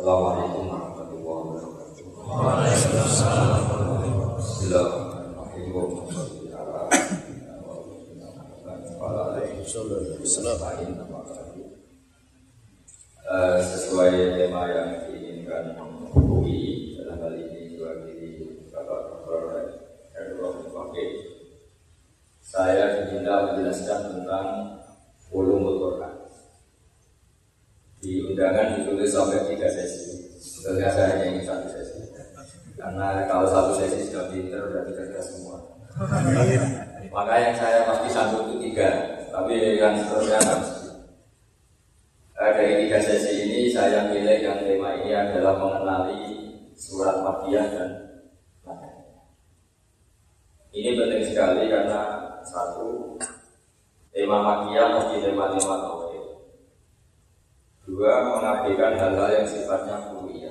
Assalamualaikum warahmatullahi wabarakatuh. Waalaikumsalam. Sesuai tema yang diinginkan UI dalam hal ini diwakili Bapak Dr. Herul Fakih, saya diminta menjelaskan tentang ulumul Quran. Di undangan ditulis sampai 3 sesi. Sebetulnya saya hanya ingin 1 sesi. Karena kalau 1 sesi sudah pinter, sudah cerdas semua. Maka yang saya pasti sanggup itu 3. Tapi yang seterusnya harus. Dari 3 sesi ini saya pilih yang tema ini adalah mengenali surat Makkiyah dan Madaniyah. Ini penting sekali karena satu, tema Makkiyah mesti tema-tema tauhid. 2, mengabaikan hal-hal yang sifatnya kuliah.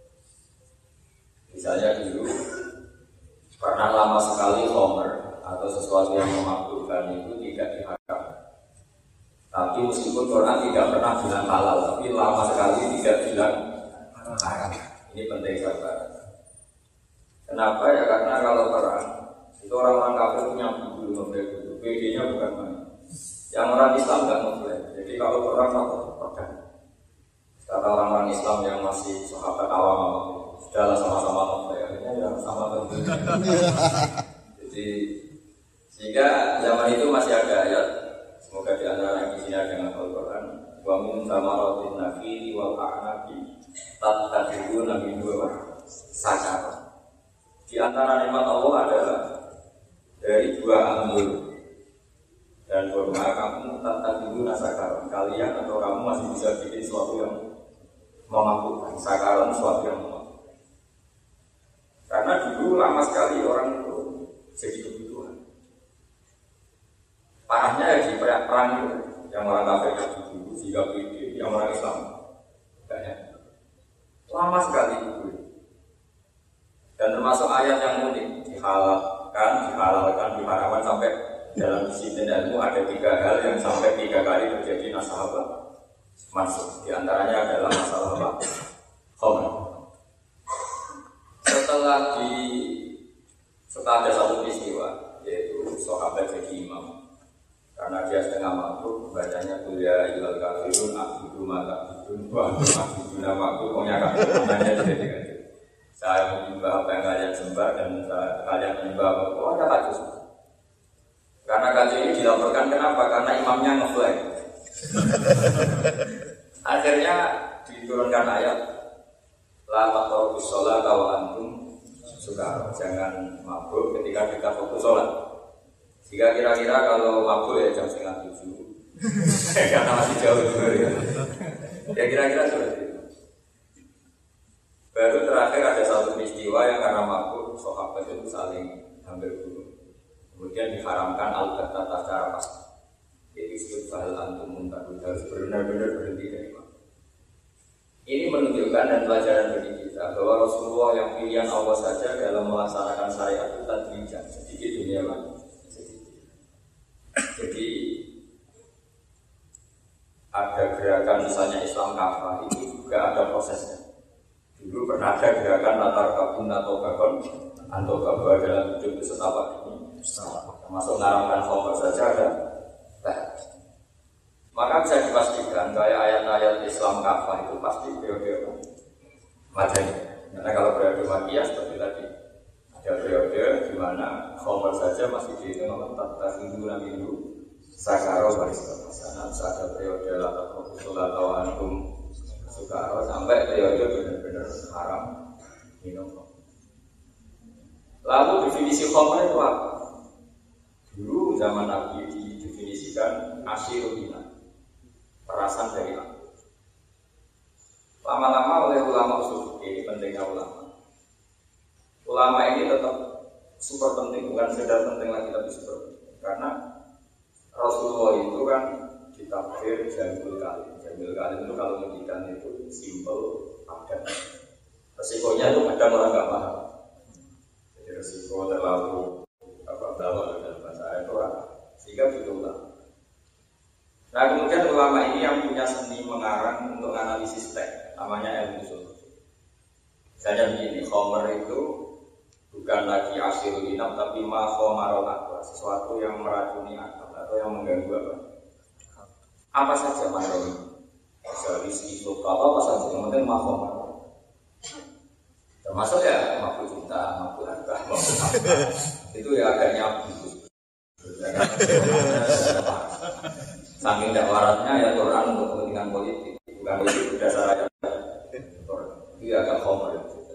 Misalnya dulu pernah lama sekali homer atau sesuatu yang memabukkan itu tidak diharam. Tapi meskipun Quran tidak pernah bilang halal, tapi lama sekali tidak bilang haram. Ini penting sahabat. Kenapa ya? Karena kalau perang itu orang-orang kafir punya dulu ngeblek dulu. PD-nya bukan main. Yang orang Islam nggak ngeblek. Jadi kalau perang pedang. Kata orang-orang Islam yang masih sahabat awam sudahlah sama-sama ngeblek. Akhirnya ya sama tentunya. Jadi sehingga zaman itu masih ada ayat. Semoga di antara yang di sini ada yang Al-Quran. Wa min thamaratin nakhili wal a'nabi tattakhiduna minhu sakara. Di antara nikmat Allah adalah dari 2 anggur dan kurma kamu tattakhiduna sakara. Kalian atau kamu masih bisa bikin sesuatu yang memabukkan. Sakara sesuatu yang memabukkan. Karena dulu lama sekali orang itu jadi kebutuhan. Parahnya ya di perang itu, yang orang kafir dulu, jika PD, yang orang Islam banyak. Lama sekali itu. Dan termasuk ayat yang unik, dihalalkan, diharamkan sampai dalam disiplin ilmu ada 3 hal yang sampai 3 kali terjadi nasabah masuk. Di antaranya adalah masalah khamr. Setelah ada satu peristiwa, yaitu sahabat jadi imam. Karena dia setengah mabuk, bacanya kuliah ilal kafirun, akhidu mata bidun, akhidu nama aku, pokoknya kafirun, nanya jadi gitu. Saya menyembah apa yang kalian sembah dan kalian menyembah apa, oh ada kacau. Karena kacau ini dilaporkan kenapa? Karena imamnya nge-flag. Akhirnya diturunkan ayat, la taqrabus sholata wa antum sukara, jangan mabuk ketika kita fokus sholat. Jika kira-kira kalau mabuk ya jam 6:30 karena masih jauh juga ya. Ya kira-kira seperti itu. Baru terakhir ada satu peristiwa yang karena mabuk sahabat itu saling hampir bunuh. Kemudian diharamkan al-battah secara pasti. Jadi disebut fahal antum muntahun, harus benar-benar berhenti dari mabuk. Ini menunjukkan dan pelajaran bagi kita bahwa Rasulullah yang pilihan Allah saja dalam melaksanakan syariat itu tadrijan, sedikit dunia lagi. Jadi ada gerakan misalnya Islam kafah itu juga ada prosesnya. Dulu pernah ada gerakan latar kabun atau bakon atau kabah dalam hidup itu setapak ini, termasuk ngaramkan khamr saja ada. Maka bisa dipastikan kayak ayat-ayat Islam kafah itu pasti periode Madaniyah. Karena kalau periode Makkiyah seperti tadi ada periode di mana khamr saja masih dihitung tattakhiduna minhu sakara baris sana. Ada periode latar atau antum sukara sampai periode benar-benar haram minum. Lalu definisi khamr itu apa? Dulu zaman Nabi didefinisikan asyiruna, perasan dari aku. Lama-lama oleh ulama usul fikih, ini pentingnya ulama. Ulama ini tetap super penting, bukan sekedar penting lagi tapi super penting. Karena Rasulullah itu kan ditafsir jamil kalim. Jamil kalim itu kalau mendikan itu simple, padat. Resikonya itu kadang orang nggak paham. Jadi resiko terlalu bawah dalam bahasa Arab itu orang. Sehingga butuh ulama. Nah kemudian ulama ini yang punya seni mengarang untuk analisis teks, namanya ilmu usul. Misalnya begini, khomer itu bukan lagi asyirul inam tapi ma khomarul akal, sesuatu yang meracuni akal atau yang mengganggu apa? Apa saja maroni? Dari itu kalau apa saja yang penting ma khomarul. Termasuk ya mabuk cinta, mabuk harta, mabuk apa. Itu ya agaknya saking tidak waratnya ya Quran untuk kepentingan politik, bukan politik berdasar ayat. Itu agak khomer.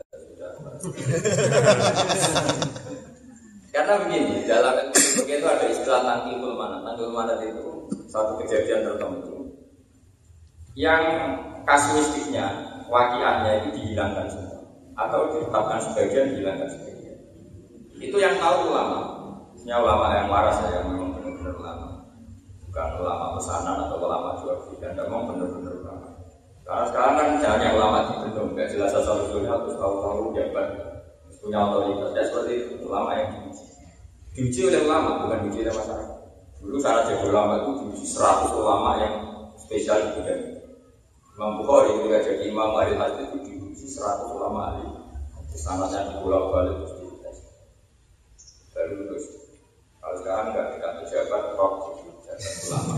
Karena begini, dalam itu ada istilah tangkibul manat. Tangkibul manat itu satu kejadian tertentu yang kasuistiknya, wakiannya itu dihilangkan semua atau ditetapkan sebagian, dihilangkan sebagian. Itu yang tahu ulama. Maksudnya ulama yang waras ya, yang memang benar-benar ulama, bukan ulama pesanan atau ulama jual beli, dan memang benar-benar ulama. Karena sekarang kan misalnya ulama di Bendung, nggak jelas asal-usulnya, terus tahu-tahu jabat punya otoritas. Ya seperti itu, ulama yang diuji oleh ulama, bukan diuji oleh masyarakat. Dulu syarat jadi ulama itu diuji 100 ulama yang spesial di bidang. Imam Bukhari juga jadi imam ahli hadis itu diuji 100 ulama ahli. Sanadnya di Pulau Bali terus dites. Baru lulus. Kalau sekarang nggak dikasih jabat top, jabat ulama.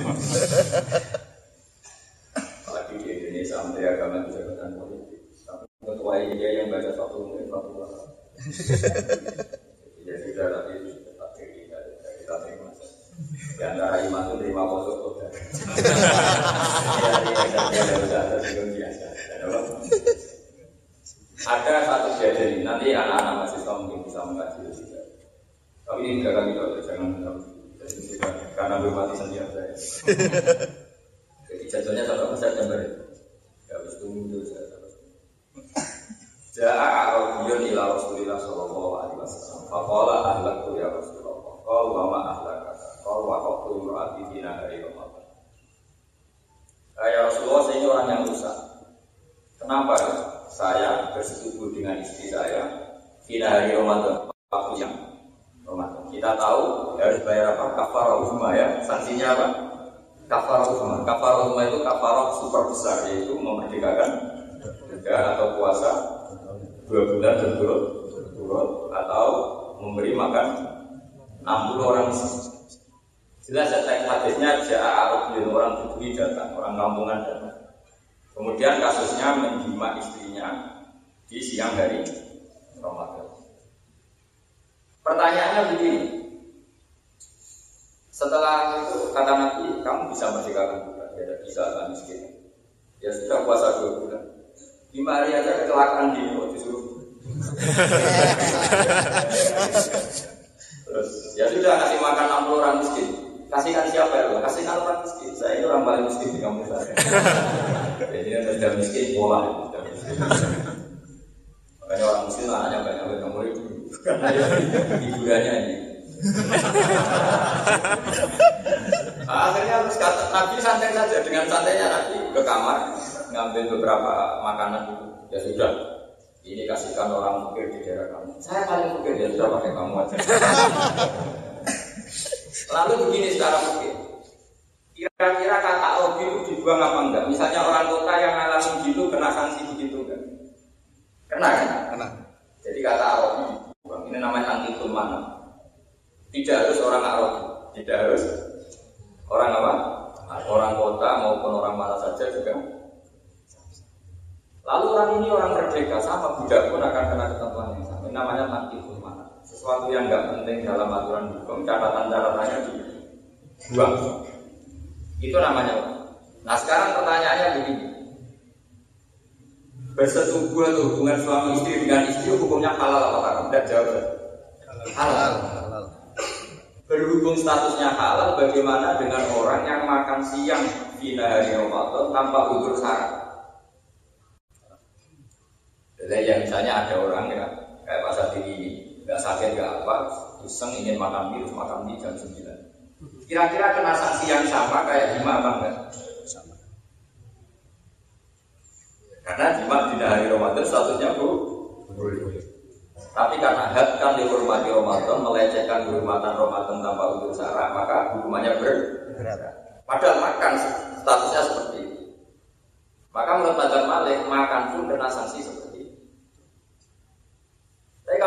Apalagi di Indonesia Menteri Agama itu jabatan politik. Tapi ketua dia yang baca satu mungkin fatwa. Ya sudah, tapi itu tetap kita terima. Di antara iman itu terima pokok kota. Ada satu kejadian nanti anak-anak mahasiswa mungkin bisa mengkaji juga. Tapi ini enggak kami tahu, jangan karena belum mati sendiri saya. Jadi jatuhnya satu persen jam beri. Ya harus tunggu dulu saya. Ja'a Arabiyun ila Rasulillah sallallahu alaihi wasallam. Faqala ahlaktu ya Rasulullah. Qala wa ma ahlaka. Qala wa qaqtu imra'ati fi nahari Ramadan. Ya Rasulullah, saya ini orang yang rusak. Kenapa saya bersetubuh dengan istri saya di nahari Ramadan, waktu yang Ramadan? Kita tahu harus bayar apa? Kafarah uzma ya. Sanksinya apa? Kafarah uzma. Kafarah uzma itu kafarah super besar, yaitu memerdekakan negara atau puasa 2 bulan berturut-turut atau memberi makan 60 orang. Jelas teks hadisnya Ja'a Arabiyun, orang Bedui datang, orang kampungan datang. Kemudian kasusnya menjima istrinya di siang hari Ramadan. Pertanyaannya begini, setelah itu kata Nabi, kamu bisa merdekakan bukan? Ya bisa, tak miskin. Ya sudah puasa 2 bulan. 5 hari aja kecelakaan disuruh. Terus ya sudah kasih makan 60 orang miskin. Kasihkan siapa ya? Kasihkan orang miskin. Saya ini orang paling miskin di kampung saya. Jadi yang sudah miskin pola sudah miskin. Makanya orang miskin anaknya banyak kamu itu. Karena hiburannya ini. Akhirnya harus kata Nabi santai saja, dengan santainya Nabi ke kamar ngambil beberapa makanan itu. Ya sudah, ini kasihkan orang fakir di daerah kamu. Saya paling fakir, ya sudah pakai kamu aja. Lalu begini secara mungkin, kira-kira kata Robi itu dibuang apa enggak? Misalnya orang kota yang ngalamin gitu kena sanksi begitu kan? Kena kan? Kena. Jadi kata Robi, ini namanya tangkibul manat. Tidak harus orang Arab, tidak harus orang apa? Orang kota maupun orang mana saja juga. Lalu orang ini orang merdeka, sama budak pun akan kena ketentuan yang sama. Ini namanya tangkibul manat. Sesuatu yang enggak penting dalam aturan hukum, catatan-catatannya dibuang. Itu namanya. Nah sekarang pertanyaannya begini, bersetubuh atau hubungan suami istri dengan istri hukumnya halal atau haram? Tidak jawab. Halal. Berhubung statusnya halal, bagaimana dengan orang yang makan siang di hari Ramadan tanpa udzur syarat? Jadi yang misalnya ada orang ya kayak Pak Sadili ini, nggak sakit nggak apa, iseng ingin makan mie jam 9. Kira-kira kena sanksi yang sama kayak jima apa enggak? Sama. Karena jima di hari Ramadan statusnya boleh. Tapi karena hak kan dihormati Ramadan, melecehkan kehormatan Ramadan tanpa udzur syarat, maka hukumannya berat. Padahal makan statusnya seperti itu. Maka menurut Mazhab Malik, makan pun kena sanksi seperti itu.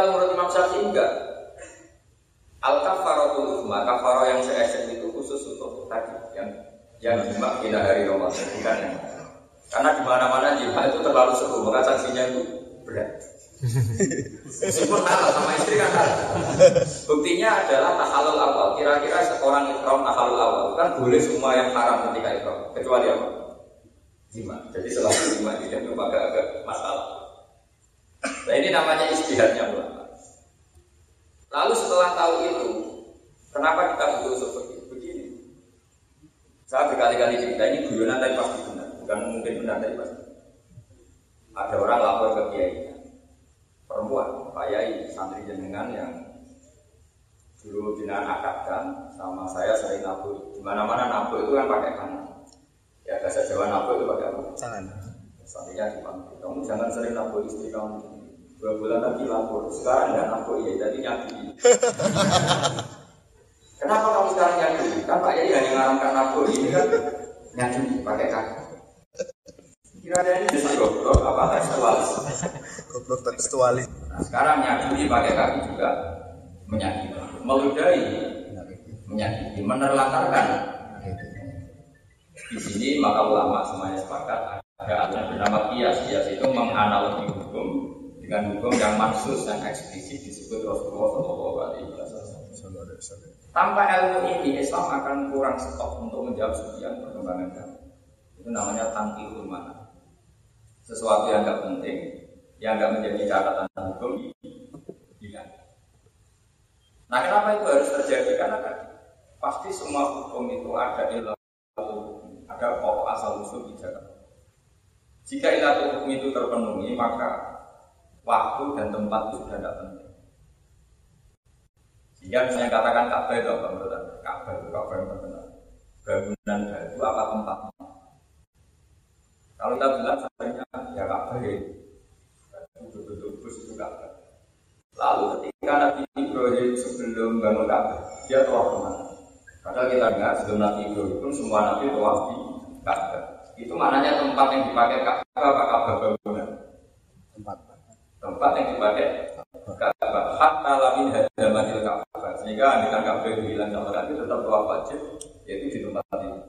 kalau menurut Imam Syafi'i enggak. Al-kafaratul uzma, kafarah yang seesek itu khusus untuk tadi yang jima pada hari Ramadan, bukan yang. Karena di mana-mana jima itu terlalu seru, maka sanksinya itu berat. Meskipun halal sama istri kan halal. Buktinya adalah tahalul awal. Kira-kira seorang ihram tahalul awal kan boleh semua yang haram ketika ihram, kecuali apa? Jima. Jadi selalu jima tidak itu agak masalah. Nah ini namanya istihadnya ulama. Lalu setelah tahu itu, kenapa kita butuh seperti begini? Saya berkali-kali cerita ini guyonan tapi pasti benar, bukan mungkin benar tapi pasti. Ada orang lapor ke kiai, perempuan, Pak Yai, santri jenengan yang dulu binaan akadkan sama saya sering nabur. Di mana-mana nabur itu kan pakai kanan. Ya bahasa Jawa nabur itu pakai apa? Tangan. Santrinya dipanggil, kamu jangan sering nabur istri kamu. 2 bulan lagi lapor, sekarang nggak lapor ya, jadi nyakiti. Kenapa kamu sekarang nyakiti? Kan Pak Yai hanya ngaramkan lapor, ini kan nyakiti, pakai kaki. Kira-kira ini bisa goblok, apa tekstualis? Goblok tekstualis. Nah, sekarang nyakiti pakai kaki juga menyakiti, meludahi, menyakiti, menerlantarkan. Di sini maka ulama semuanya sepakat ada aturan bernama kias. Kias itu menganalogi hukum dengan hukum yang mansus dan eksplisit disebut Rasulullah SAW. Tanpa ilmu ini Islam akan kurang stok untuk menjawab sekian perkembangan kamu. Itu namanya tangkihul mana. Sesuatu yang tidak penting, yang tidak menjadi catatan hukum, hilang. Nah kenapa itu harus terjadi? Karena pasti semua hukum itu ada ilmu, ada pokok asal usul bicara. Jika ilatul hukum itu terpenuhi, maka waktu dan tempat itu sudah tidak penting. Sehingga misalnya katakan Ka'bah itu apa menurut Anda? Ka'bah itu Ka'bah yang terkenal. Bangunan itu apa tempatnya? Kalau kita bilang sebenarnya ya Ka'bah itu betul-betul itu Ka'bah. Lalu ketika Nabi Ibrahim sebelum bangun Ka'bah, dia tawaf kemana? Padahal kita dengar sebelum Nabi Ibrahim semua Nabi tawaf di Ka'bah. Itu maknanya tempat yang dipakai Ka'bah apa Ka'bah bangunan? Tempat yang dipakai Ka'bah hatta lamin hadamatil Ka'bah, sehingga andaikan Ka'bah hilang sama tadi tetap tawaf wajib, yaitu di tempat ini.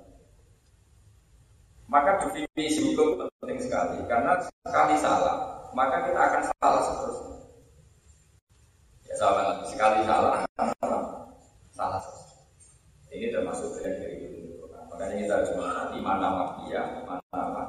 Maka definisi hukum penting sekali, karena sekali salah maka kita akan salah seterusnya. Ya salah sekali salah salah terus. Ini termasuk bagian dari itu. Makanya kita harus mengenali mana mafia, mana.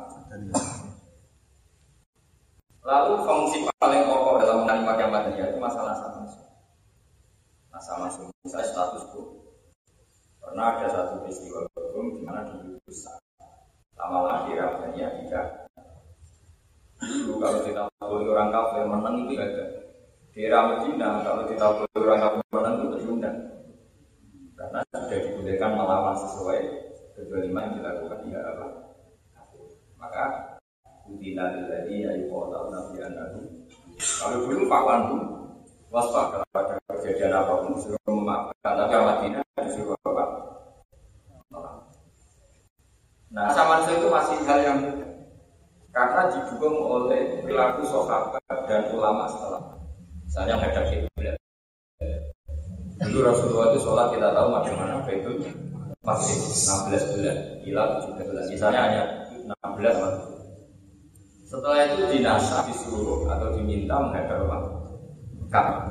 Lalu fungsi paling pokok dalam mengenali makia itu masalah asal-usul. Asal-usul saya status quo. Pernah ada satu peristiwa hukum di mana di Yusuf lama lahir akhirnya tidak. Dulu kalau kita boleh orang kafir menang itu ada. Di era Medina kalau kita boleh orang kafir menang itu terundang. Karena sudah dibolehkan melawan sesuai kezaliman yang dilakukan tidak apa. Maka Udina dari ayuhota nabi anahu. Kalau dulu pakuan pun waspada pada kejadian apapun disuruh memaafkan, tapi Madinah disuruh apa? Nah, sama itu masih hal yang beda. Karena didukung oleh perilaku sahabat dan ulama setelah. Misalnya menghadap kiblat. Dulu Rasulullah itu sholat kita tahu bagaimana itu pasti 16 bulan, hilal 17 bulan. Misalnya hanya 16 bulan. Setelah itu dinasah, disuruh atau diminta menghadap Ka'bah.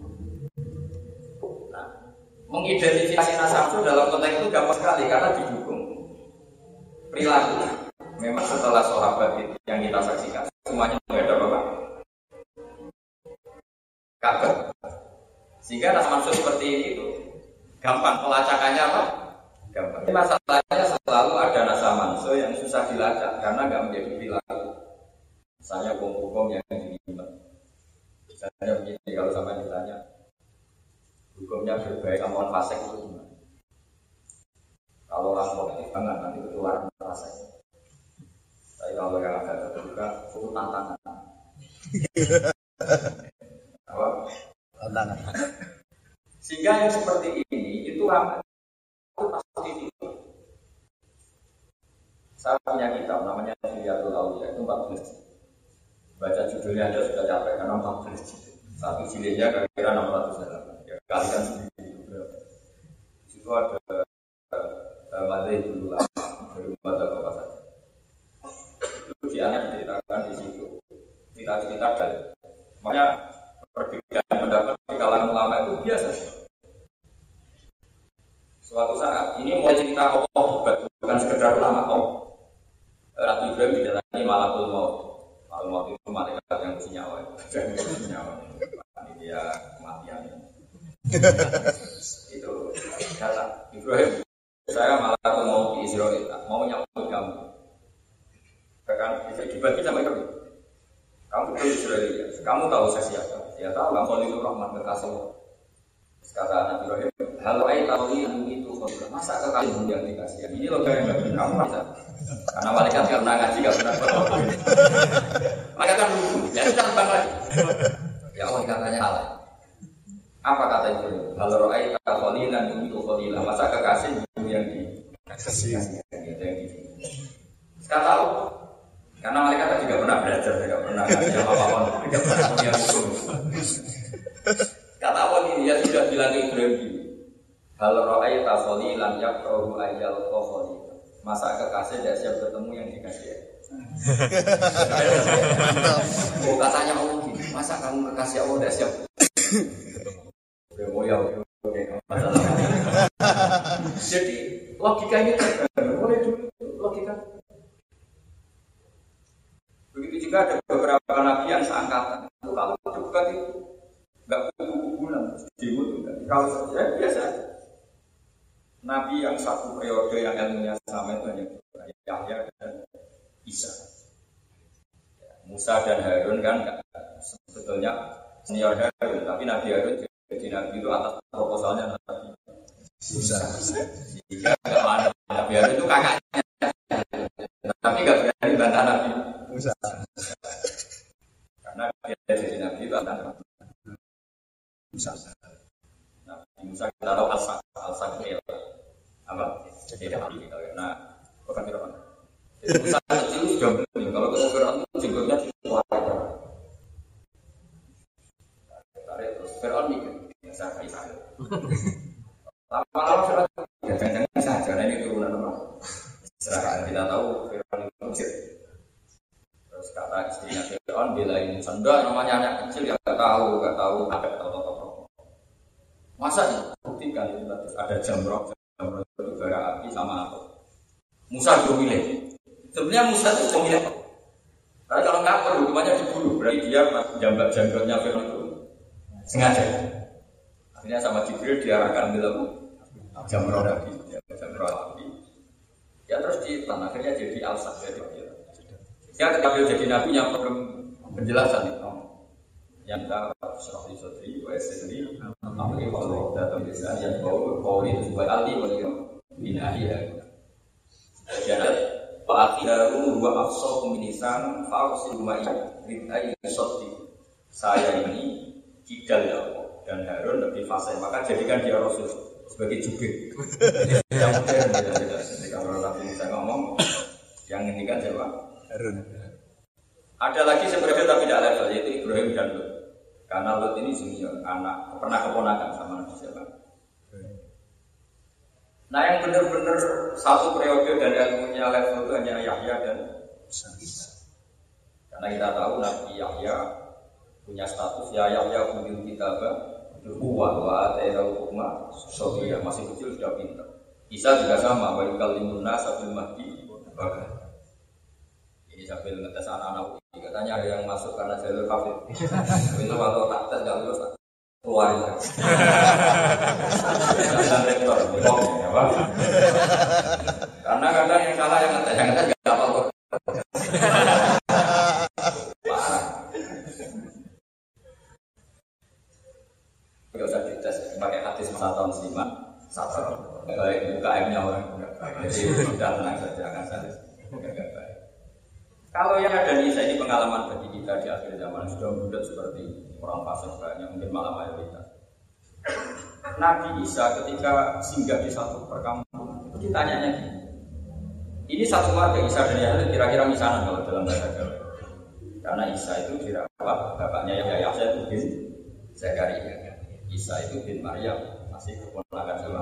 Nah, mengidentifikasi nasab itu dalam konteks itu gampang sekali karena didukung perilaku. Memang setelah sahabat itu yang kita saksikan semuanya menghadap Ka'bah. Sehingga nasab seperti ini itu gampang pelacakannya apa? Gampang. Tapi masalahnya selalu ada nasab mansuh yang susah dilacak karena nggak menjadi perilaku. Misalnya hukum-hukum yang diimbang. Misalnya begini, kalau sampai ditanya hukumnya berbaik sama orang fasik itu gimana? Kalau orang politik banget nanti ketularan fasik. Tapi kalau yang agak terbuka itu tantangan. Apa? Tantangan. Sehingga yang seperti ini itu ramai. Itu pasti itu. Saya punya kitab namanya Hilyatul Auliya itu 14. Baca judulnya aja sudah capek karena 14 judul. Satu jilidnya kira-kira 600 halaman. Ya, kalikan sendiri berapa? Di situ ada materi dulu lama dari umat apa saja. Itu dianeh diceritakan di situ. Cerita-cerita dari makanya perbedaan pendapat di kalangan ulama itu biasa. Suatu saat ini mau cerita Allah bukan sekedar ulama Allah. Ratu Ibrahim didatangi malakul maut. Malakul maut itu malaikat yang senyawa. Jadi senyawa. Dia kematian. Itu kata Ibrahim, saya malakul maut di Israel mau nyambut kamu. Bahkan bisa dibagi sama Ibrahim. Kamu itu Israel, kamu tahu saya siapa? Ya tahu, kamu itu Rahman kekasih. Kata Nabi Ibrahim, halo aitali itu masa kekasih yang dikasih. Ini loh kamu masa. Karena malaikat tidak pernah ngaji, tidak pernah berdoa. Malaikat kan lucu, ya sudah terbang lagi. Ya Allah katanya halal. Apa kata Ibrahim? Halo aitali itu kholilah masa kekasih yang dikasih. Sekarang tahu. Karena mereka juga pernah belajar, tidak pernah ngaji apa-apa, tidak pernah punya hukum. Kata Allah ini, dia sudah bilang ke Ibrahim hal ra'aita khalilan yakrahu ayyal khali. Masa kekasih tidak siap ketemu yang dikasih. Oh katanya Allah gini, masa kamu kekasih Allah tidak siap? Oh ya, oke, masalah. Jadi logikanya boleh dulu logika. Begitu juga ada beberapa nabi yang seangkatan. Kalau bukan itu nggak kubu-kubunan, dimut enggak. Kalau saya biasa. Nabi yang satu periode yang ilmunya sama itu hanya Yahya dan Isa. Musa dan Harun kan enggak sebetulnya senior Harun, tapi Nabi Harun jadi nabi itu atas proposalnya Nabi Musa. Jika enggak Nabi Harun itu kakaknya, tapi enggak berani bantah Nabi Musa. Karena dia jadi nabi itu antara Musa. Nabi Musa kita tahu al-Sakil apa? Jadi nabi kita. Nah, bukan Fir'aun. Jadi Musa kecil sudah belum. Kalau ketemu Fir'aun itu jenggotnya cukup aja. Tarik terus Fir'aun mikir, biasa kayak saya. Lama-lama Fir'aun ya jangan-jangan saja. Karena ini turunan apa? Serahkan kita tahu Fir'aun itu Mesir. Terus kata istrinya Fir'aun belain Musa, namanya anak kecil yang nggak tahu ada atau masa nih buktikan itu ada jamrah itu bara api sama apa? Musa milih. Sebenarnya Musa itu milih. Karena kalau nggak perlu hukumannya dibunuh, berarti dia jambak janggutnya Fir'aun itu sengaja. Akhirnya sama Jibril diarahkan bilang jamrah api. Ya terus ditelan akhirnya jadi al-Sakil. Ya ketika jadi nabi yang belum penjelasan itu yang kita serah di sotri, sendiri, apalagi kalau datang desa yang bau itu sebagai aldi bagi binahi ya. Jadi Pak Akhidaru dua afsal pemilisan fausi rumah ini sotri. Saya ini kidal ya dan Harun lebih fasih, maka jadikan dia Rasul sebagai jubir. Yang modern beda-beda. Kalau Nabi Musa ngomong, yang ini kan siapa? Harun. Ada lagi sebenarnya tapi tidak level, yaitu Ibrahim dan Lut. Karena Lut ini junior, anak pernah keponakan sama Nabi siapa? Nah yang benar-benar satu periode dan ilmunya level itu hanya Yahya dan Isa. Karena kita tahu Nabi Yahya punya status ya Yahya punya kitabah Ruwah wa atainahu hukma Sofiya masih kecil sudah pintar. Isa juga sama, wa yukallimun nas bil mahdi bahkan. Ini sambil ngetes anak-anak katanya ada yang masuk karena jalur kafir. Itu kalau tak tes enggak lulus keluar lagi. Dan rektor ya, Pak. Karena kadang yang salah yang ngetes enggak apa-apa. Enggak usah dites pakai hadis satu musliman satu baik UKM-nya orang jadi sudah tenang saja akan saya enggak baik. Kalau yang ada di saya ini pengalaman bagi kita di akhir zaman sudah mudah seperti orang fasik banyak mungkin malah mayoritas. Nabi Isa ketika singgah di satu perkampungan itu ditanyanya gini. Ini satu warga Isa dan Yahya kira-kira misanan kalau dalam bahasa Jawa. Karena Isa itu dirawat bapaknya Yahya itu bin Zakaria. Isa itu bin Maryam, masih keponakan sama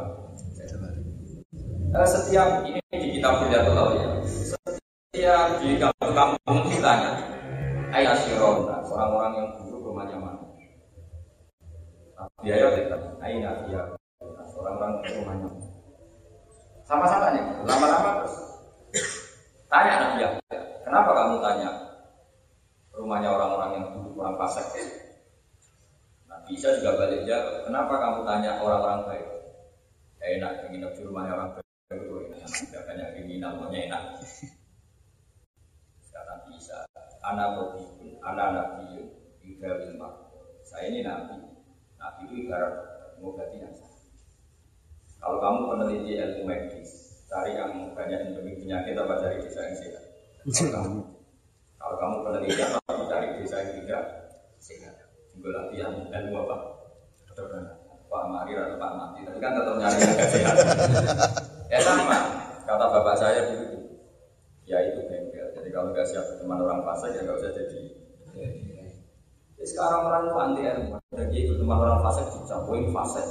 setiap ini di kitab Riyadhul Auliya. Setiap di kampung ditanya, ayat Sirona, orang-orang yang dulu rumahnya mana? Biaya ditanya, ayat dia, orang-orang rumahnya mana? Sama-sama nih, lama-lama terus tanya Nabi Yahya, kenapa kamu tanya rumahnya orang-orang yang dulu kurang fasik? Nabi Isa juga balik jawab, kenapa kamu tanya orang-orang baik? Ya enak, nginep di rumahnya orang baik itu enak, tidak banyak kriminal, maunya enak. Kata Nabi Isa, anak Nabi, anak Nabi, Ibrahim, saya ini Nabi. Nabi itu ibarat mengobati yang sakit. Kalau kamu peneliti ilmu medis, cari yang banyak endemik penyakit apa cari desa yang sehat? Kalau kamu peneliti apa cari desa yang tidak sehat? Juga latihan ilmu apa? Pak Mari atau Pak Mati, tapi kan tetap nyari yang tidak sehat. Ya sama, kata bapak saya dulu, ya itu bengkel. Jadi kalau nggak siap teman orang fase ya nggak usah jadi. Jadi sekarang orang itu anti ilmu, jadi teman orang fase dicampuri fase.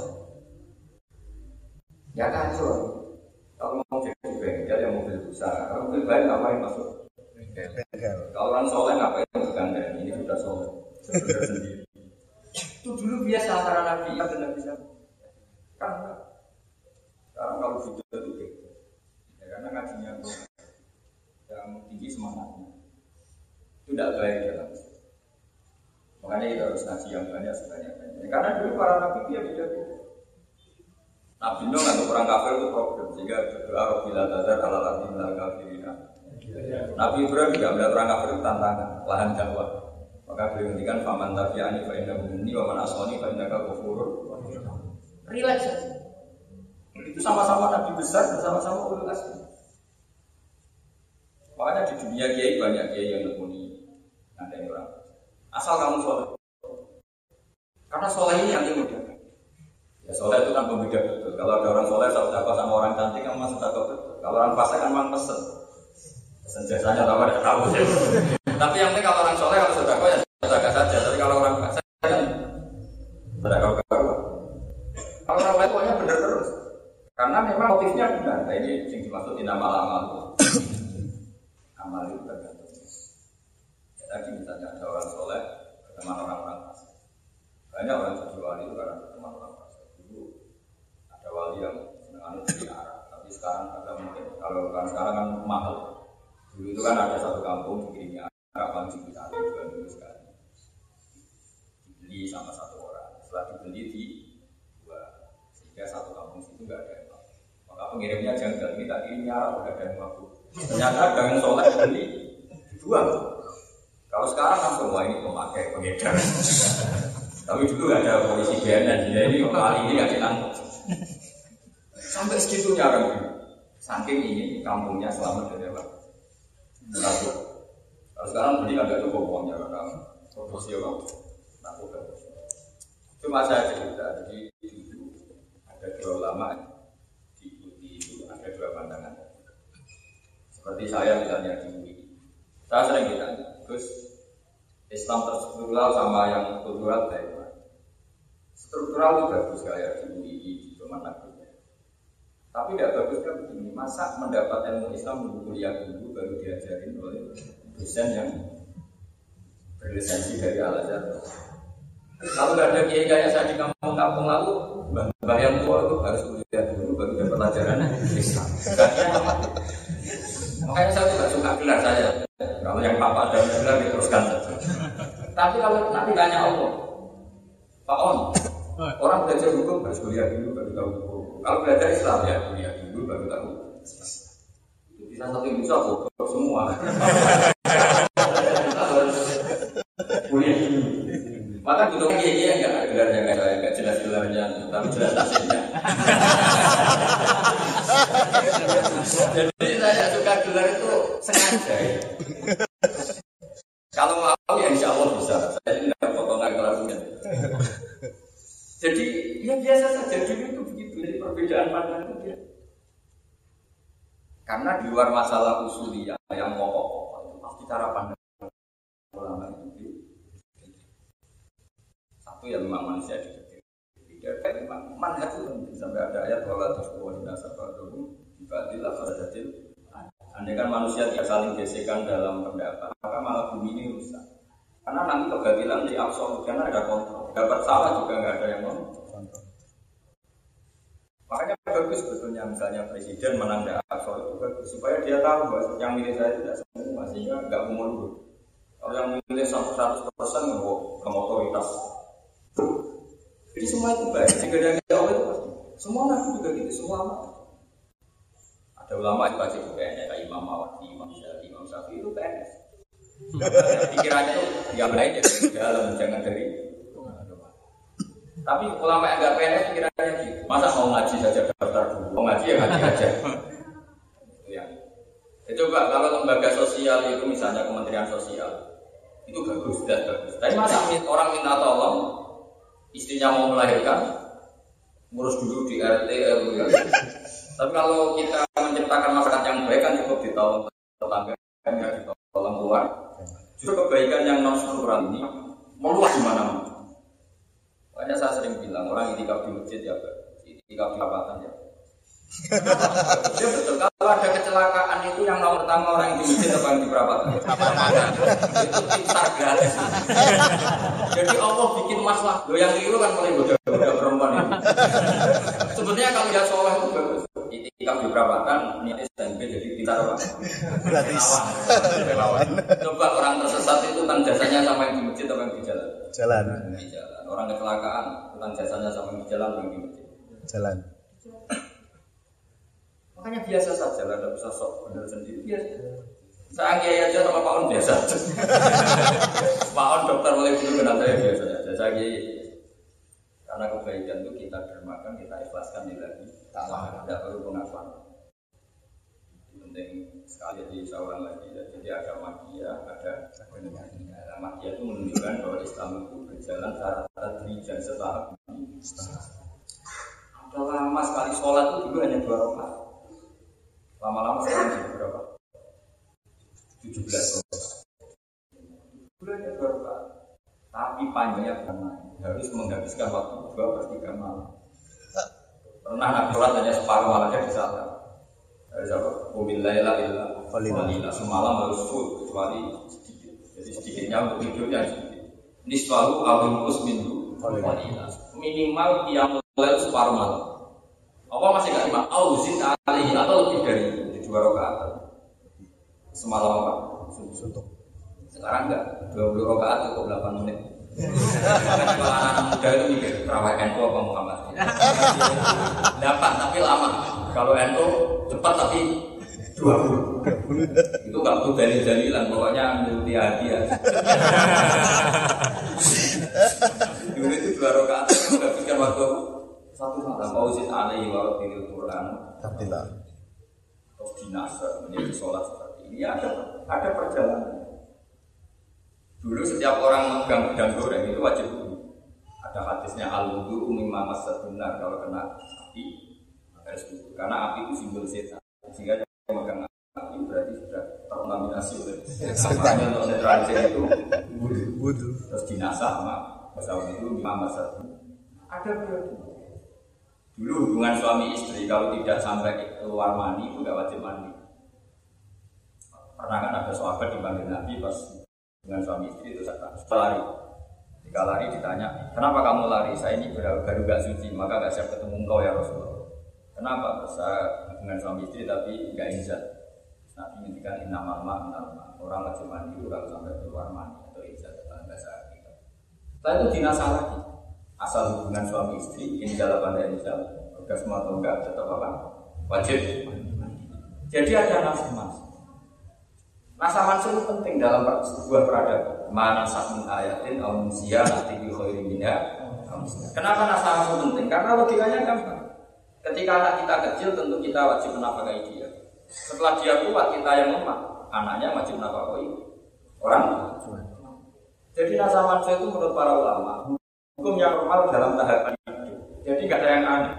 Ya kacau. Kalau mau jadi bengkel yang mobil besar, kalau mobil baik ngapain masuk bengkel? Kalau orang soleh ngapain bergandeng? Ini sudah soleh, sudah sendiri. Itu dulu biasa antara Nabi dan Nabi Muhammad. Kan sekarang kalau video itu beda. Ya, karena ngajinya yang tinggi semangatnya itu tidak baik dalam Islam. Makanya kita harus ngaji yang banyak sebanyak-banyaknya. Karena dulu para Nabi itu ya beda-beda. Nabi Nuh nggak orang kafir itu problem sehingga berdoa Rabbil Tazar ala ardi minal kafirina. Nabi Ibrahim juga melihat orang kafir itu tantangan lahan dakwah. Maka beliau ngendikan faman tabi'ani fa innahu minni wa man asani fa innaka ghafurur. Relax saja. Itu sama-sama Nabi besar bersama-sama ulul azmi. Makanya di dunia kiai banyak kiai yang nekuni ada yang orang. Asal kamu soleh. Karena soleh ini yang mudah. Ya soleh itu kan pembeda betul. Kalau ada orang soleh sedekah sama orang cantik kan masih sedekah betul. Kalau orang fasik kan memang pesen jasanya tahu ada tahu. Tapi yang penting kalau orang soleh kalau sedekah ya sedekah saja. Tapi kalau orang fasik kan sedekah keluar. Kalau orang lain pokoknya benar terus. Karena memang motifnya benar. Nah, ini yang dimaksud inamal amal. Amal itu tergantung. Ya, tadi misalnya ada orang soleh berteman orang-orang fasik. Banyak orang jadi wali itu karena berteman orang fasik. Dulu ada wali yang senang di Arab, tapi sekarang agak mungkin. Kalau sekarang kan mahal. Dulu itu kan ada satu kampung dikirimi Arab langsung bisa juga dulu sekali. Dibeli sama satu orang. Setelah dibeli di dua, sehingga satu kampung itu nggak ada yang mau. Maka pengirimnya jangan kita kirimi Arab udah ada yang mau. Ternyata dengan soleh beli dijual. Kalau sekarang kan semua ini pemakai pengedar. Tapi dulu ada polisi BNN, jadi ini kali ini nggak ditangkap. Sampai segitunya orang itu. Saking ingin kampungnya selamat dari apa? Narkoba. Kalau sekarang beli agak cukup uangnya karena proporsi orang narkoba. Cuma saya cerita, jadi dulu ada dua ulama diikuti itu ada dua pandangan. Seperti saya misalnya di UI, saya sering ditanya, terus Islam terstruktural sama yang kultural baik. Struktural itu bagus kayak di UI, di Kementerian. Tapi tidak bagusnya begini, masa mendapat ilmu Islam dulu kuliah dulu baru diajarin oleh dosen yang berlisensi dari Al-Azhar. Kalau nggak ada kiai kayak saya di kampung-kampung lalu, mbah yang tua itu harus kuliah dulu baru dapat pelajaran Islam. Makanya saya juga suka gelar saya. Kalau yang papa ada gelar diteruskan saja. Tapi kalau nanti tanya Allah, Pak Om, orang belajar hukum harus kuliah dulu baru tahu hukum. Kalau belajar Islam ya kuliah dulu baru tahu. Itu bisa satu bisa bodoh semua. Kuliah dulu. Maka butuh kiai yang nggak gelarnya kayak saya, nggak jelas gelarnya, tapi jelas hasilnya. Jadi saya suka gelar itu sengaja. Ya. Kalau mau ya insya Allah bisa. Saya tidak potongan kelasnya. Jadi ya biasa saja dulu itu begitu. Jadi perbedaan pandangan itu dia. Karena di luar masalah usuliyah yang pokok-pokok itu pasti cara pandang ulama itu. Satu itu ya memang manusia dididik. Tidak ada memang manhaj itu penting sampai ada ayat wala tasbuh dinasabatu ibadillah fadatil. Andai kan manusia tidak saling gesekan dalam pendapat, maka malah bumi ini rusak. Karena nanti kebatilan di absolut, karena ada kontrol. Dapat salah juga nggak ada yang kontrol. Makanya bagus sebetulnya misalnya presiden menang di absolut itu bagus supaya dia tahu bahwa yang milih saya tidak semua sehingga nggak mundur. Kalau yang milih 100% nggak otoritas. Jadi semua itu baik. Jika dia nggak Allah itu pasti. Semua nabi juga gitu, semua ada ulama yang baca PNS kayak Imam Mawardi, Imam Syafi'i, Imam Syafi'i itu PNS. Pikirannya itu yang lain ya dalam jangan dari. Tapi ulama yang nggak PNS pikirannya gitu. Masa mau ngaji saja daftar dulu, mau ngaji ya ngaji aja. Ya. Coba kalau lembaga sosial itu misalnya Kementerian Sosial itu bagus, sudah bagus. Tapi masa orang minta tolong, istrinya mau melahirkan, ngurus dulu di RT RW. Tapi kalau kita menciptakan masyarakat yang baik kan cukup ditolong tetangga, ya ditolong keluar. Justru kebaikan yang non struktural ini meluas di mana-mana. Makanya saya sering bilang orang itikaf di masjid ya, itikaf di perapatan ya. Ya betul. Kalau ada kecelakaan itu yang nomor pertama orang yang di masjid atau yang di perapatan? Itu pintar gratis. Jadi Allah bikin masalah. Lo yang keliru kan mulai goda-goda perempuan itu. Sebetulnya kalau dia soleh itu bagus. Itikaf di perapatan, niatnya SMP jadi pintar apa? Gratis. Relawan. Coba orang tersesat itu kan jasanya sama yang di masjid atau yang di jalan? Jalan. Di jalan. Orang kecelakaan, utang jasanya sama yang di jalan atau yang di masjid? Jalan. Makanya biasa saja lah, tidak usah sok benar sendiri biasa. Saya kiai aja sama Pak On biasa. Pak On dokter mulai dulu kenal saya biasa saja. Saya kiai. Karena kebaikan itu kita dermakan, kita ikhlaskan lagi. Tidak perlu pengakuan. Penting sekali jadi seorang lagi. Jadi ada magia, ada magia itu menunjukkan bahwa Islam itu berjalan secara tadrijan setahap. Ada lama sekali sholat itu dulu hanya 2 rakaat. Lama-lama sekarang jadi berapa? 17 rakaat. Bulannya 2 rakaat. Tapi panjangnya karena harus menghabiskan waktu 2/3 malam. Pernah nak sholat hanya separuh malamnya di sana. Harus apa? Wabillahilah illa qalila. Semalam harus full kecuali sedikit. Jadi sedikitnya untuk tidurnya sedikit. Nisfahu awil musminhu qalila. Minimal qiyamul lail separuh malam. Apa masih enggak lima? Auzin alaihi atau lebih dari itu di 2 rakaat. Semalam apa? Suntuk. Sekarang enggak 20 rakaat cukup 8 menit. Kalau anak muda itu mikir terawih NU apa Muhammad? Dapat tapi lama. Kalau NU cepat tapi 20. Itu enggak perlu dalil-dalilan, pokoknya multi hati ya. Dulu itu 2 rakaat enggak pikir waktu 1 malam. Fauzin alaihi wa rabbil Quran. Alhamdulillah. Terus dinasa menjadi sholat seperti ini ada perjalanan. Dulu setiap orang megang gedang goreng itu wajib wudu. Ada hadisnya al-wudu mimma masatuna, kalau kena api harus wudu. Karena api itu simbol setan. Sehingga dia megang api berarti sudah terkontaminasi oleh setan. Untuk netralisir itu wudu. Terus dinasah sama pasal itu mimma masatuna. Ada berarti. Dulu hubungan suami istri kalau tidak sampai keluar mani itu tidak wajib mandi. Pernah kan ada sahabat dipanggil Nabi pas dengan suami istri itu setelah lari. Jika lari ditanya, kenapa kamu lari? Saya ini baru gak suci, maka gak siap ketemu engkau ya Rasulullah. Kenapa? Saya dengan suami istri tapi gak izat. Nabi menghentikan innamal ma'na. Orang wajib mandi kalau sampai keluar mandi atau izat dalam bahasa kita. Setelah itu dinasah lagi. Asal hubungan suami istri ini dalam pada izat. Orgasme atau enggak tetap apa? Wajib. Jadi ada nafsu. Nasah mansur itu penting dalam sebuah peradaban. Mana sakmin ayatin al-musia nanti bi khairin minha. Kenapa nasah mansur penting? Karena logikanya gampang. Ketika anak kita kecil tentu kita wajib menafkahi dia. Setelah dia kuat kita yang lemah, anaknya wajib menafkahi orang tua. Jadi nasah mansur itu menurut para ulama hukum yang normal dalam tahapan hidup. Jadi nggak ada yang aneh.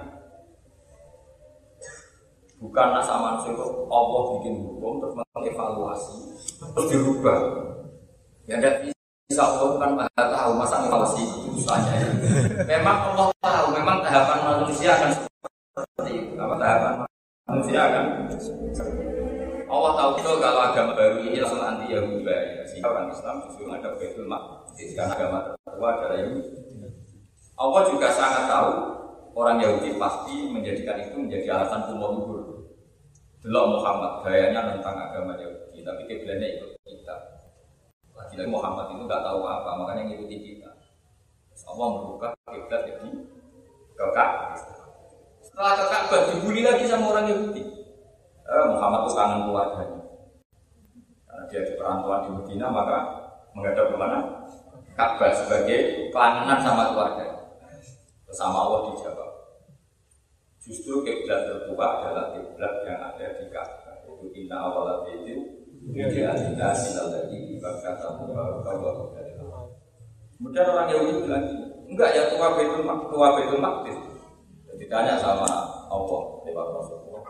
Bukan nasah mansur itu Allah bikin hukum terus mengevaluasi terus dirubah. Ya enggak Insya Allah kan Maha tahu masa ngawasi usahanya. Memang Allah tahu, memang tahapan manusia akan seperti itu. Apa tahapan manusia akan? Allah tahu betul kalau agama baru ini langsung anti Yahudi. Sehingga orang Islam justru ada Baitul Maqdis karena agama tertua adalah Yahudi. Allah juga sangat tahu orang Yahudi pasti menjadikan itu menjadi alasan umur luhur. Delok Muhammad gayanya tentang agama Yahudi, tapi kiblatnya ikut kita. Lagi-lagi Muhammad itu nggak tahu apa, makanya ngikuti kita. Allah membuka kiblat jadi ke Ka'bah. Setelah ke Ka'bah dibully lagi sama orang Yahudi. Muhammad itu kangen keluarganya. Karena dia di perantauan di Medina, maka menghadap ke mana? Ka'bah sebagai kelangenan sama keluarganya. Bersama Allah dijawab. Justru kiblat tertua adalah kiblat yang ada di Ka'bah. Itu inna awal itu dia tidak silal lagi dibakar tamu kalau. Kemudian orang Yahudi bilang, enggak ya tua Baitul Maqdis. Ditanya sama Allah lewat Rasulullah.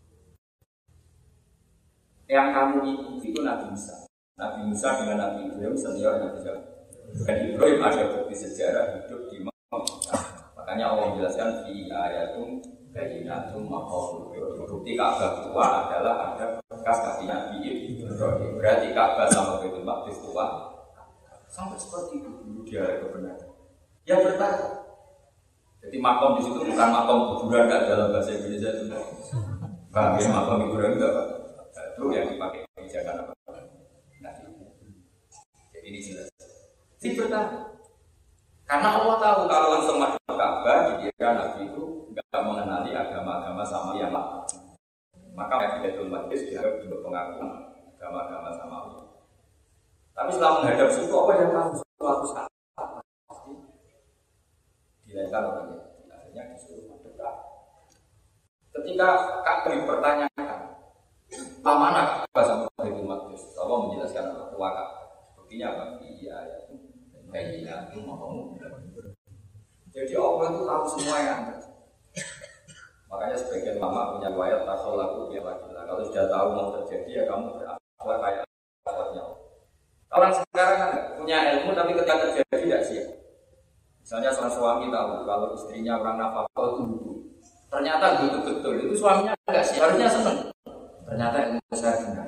Yang kamu ikuti itu Nabi Musa. Nabi Musa dengan Nabi Ibrahim senior Nabi Musa. Dan Ibrahim ada bukti sejarah hidup di Mekah. Makanya Allah menjelaskan di ayatum bayyinatum maqam. Bukti Ka'bah tua adalah ada bekas kaki Nabi Ibrahim. Berarti Ka'bah sama Baitul Maqdis tua. Sampai seperti itu dulu dia kebenaran. Ya bertahan. Jadi makom di situ bukan makom kuburan enggak dalam bahasa Indonesia itu. Paham ya makom kuburan enggak Pak? Itu yang dipakai kebijakan apa? Nah, jadi ini jelas. Jadi bertahan. Karena Allah tahu kalau langsung masuk ke Ka'bah, dikira Nabi itu enggak mengenali agama-agama sama yang lain. Maka Baitul Maqdis dianggap untuk pengakuan agama-agama sama Allah. Tapi setelah menghadap situ, apa yang tahu suatu saat pasti dilakukan oleh akhirnya disuruh mendekat. Ketika Ka'bah dipertanyakan, mana Ka'bah sama Baitul Maqdis? Allah menjelaskan tua Ka'bah. Buktinya apa? Iya, ya. Kayaknya itu mau. Jadi Allah itu tahu semua yang ada. Makanya sebagian lama punya riwayat takhallaku ya wakilah. Kalau sudah tahu mau terjadi ya kamu berakhlak kayak akhlaknya. Orang sekarang kan punya ilmu tapi ketika terjadi tidak siap. Misalnya seorang suami tahu kalau istrinya orang nafkah itu butuh. Ternyata betul-betul itu suaminya enggak siap. Harusnya senang. Ternyata ilmu saya benar.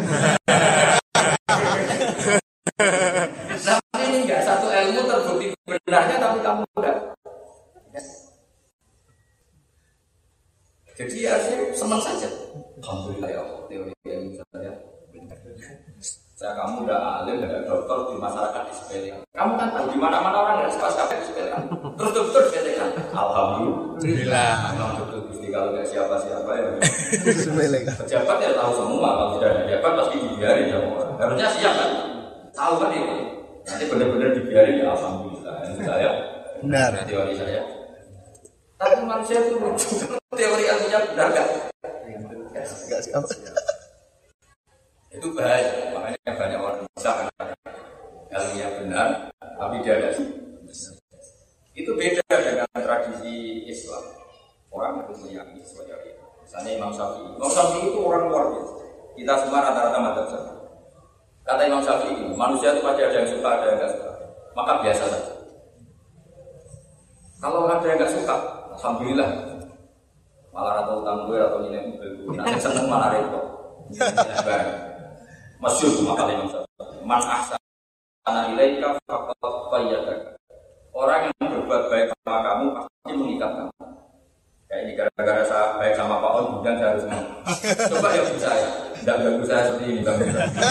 Tapi ini enggak satu ilmu terbukti benarnya tapi kamu enggak. Jadi harusnya senang saja. Alhamdulillah ya Allah, teori ilmu saya benar. Saya kamu udah alim, udah dokter di masyarakat disepelekan. Kamu kan tahu di mana-mana orang nggak suka sekali disepelekan. Terus dokter disepelekan. Alhamdulillah. Memang dokter Gusti kalau nggak siapa-siapa ya. Disepelekan. Pejabat ya tahu semua. Kalau sudah ada pejabat pasti dibiarin sama orang. Harusnya siap kan? Tahu kan itu. Nanti benar-benar dibiarin ya Alhamdulillah. Itu saya. Benar. Teori saya. Tapi manusia itu lucu. Teori ilmunya benar nggak? Nggak siap. Itu bahaya, makanya banyak orang bisa ilmunya benar, tapi dia tidak. Itu beda dengan tradisi Islam. Orang itu meyakini sesuatu. Misalnya Imam Syafi'i itu orang luar biasa. Kita semua rata-rata madzhab Syafi'i. Kata Imam Syafi'i, manusia itu pasti ada yang suka, ada yang tidak suka. Maka biasa saja. Kalau ada yang tidak suka, alhamdulillah. Malah atau utang gue atau nilai mobil, nanti seneng malah repot. Masyhur cuma kalimat man ahsana ilaika faqad qayyadaka. Orang yang berbuat baik sama kamu pasti mengikat kamu. Kayak ini gara-gara saya baik sama Pak On, kemudian saya harus coba ya saya. Tidak bagus saya seperti ini Bang.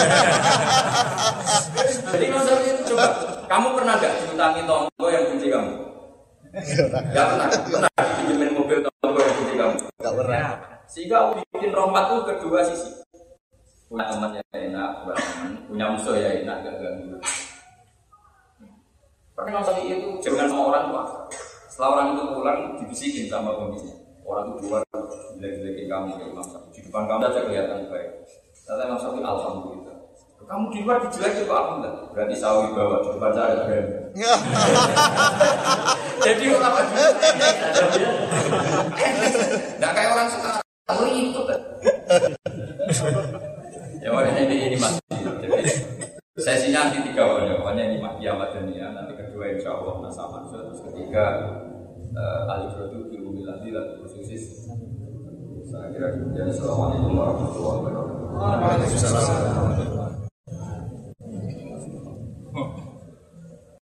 Jadi masalah itu coba, kamu pernah enggak diutangi tonggo yang benci kamu? Enggak pernah. Pernah dipinjemin mobil tonggo yang benci kamu? Enggak pernah. Sehingga bikin rompat itu kedua sisi. Punya teman yang enak, punya musuh yang enak, gak ganggu. Karena masalah itu jangan sama orang tua. Setelah orang itu pulang, dibisikin sama pembisanya. Orang itu keluar, jelek-jelekin kamu ke Imam Syafi'i. Di depan kamu saja kelihatan baik. Kata Imam Syafi'i, alhamdulillah. Kamu di luar dijelekin kok alhamdulillah. Berarti sawi bawa di depan saya ada brand. Jadi orang nggak kayak orang sekarang. Aku itu kan. Ya makanya ini mati. Jadi sesinya anti 3 pokoknya ini mati. insya Allah nasa mansur. Terus ketiga al-ibradu bi umumil adillah khususis. Saya kira demikian. Assalamualaikum warahmatullahi wabarakatuh. Waalaikumsalam.